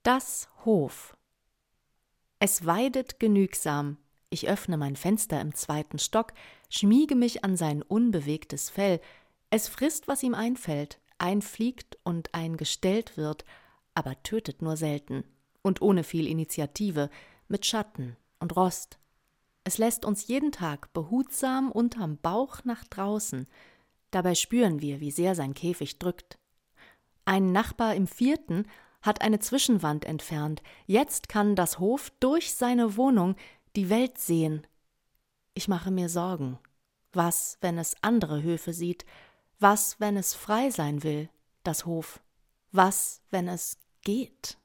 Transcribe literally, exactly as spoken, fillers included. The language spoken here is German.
Das Hof. Es weidet genügsam. Ich öffne mein Fenster im zweiten Stock, schmiege mich an sein unbewegtes Fell. Es frisst, was ihm einfällt, einfliegt und eingestellt wird, aber tötet nur selten und ohne viel Initiative, mit Schatten und Rost. Es lässt uns jeden Tag behutsam unterm Bauch nach draußen. Dabei spüren wir, wie sehr sein Käfig drückt. Ein Nachbar im vierten hat eine Zwischenwand entfernt. Jetzt kann das Hof durch seine Wohnung die Welt sehen. Ich mache mir Sorgen. Was, wenn es andere Höfe sieht? Was, wenn es frei sein will, das Hof? Was, wenn es geht?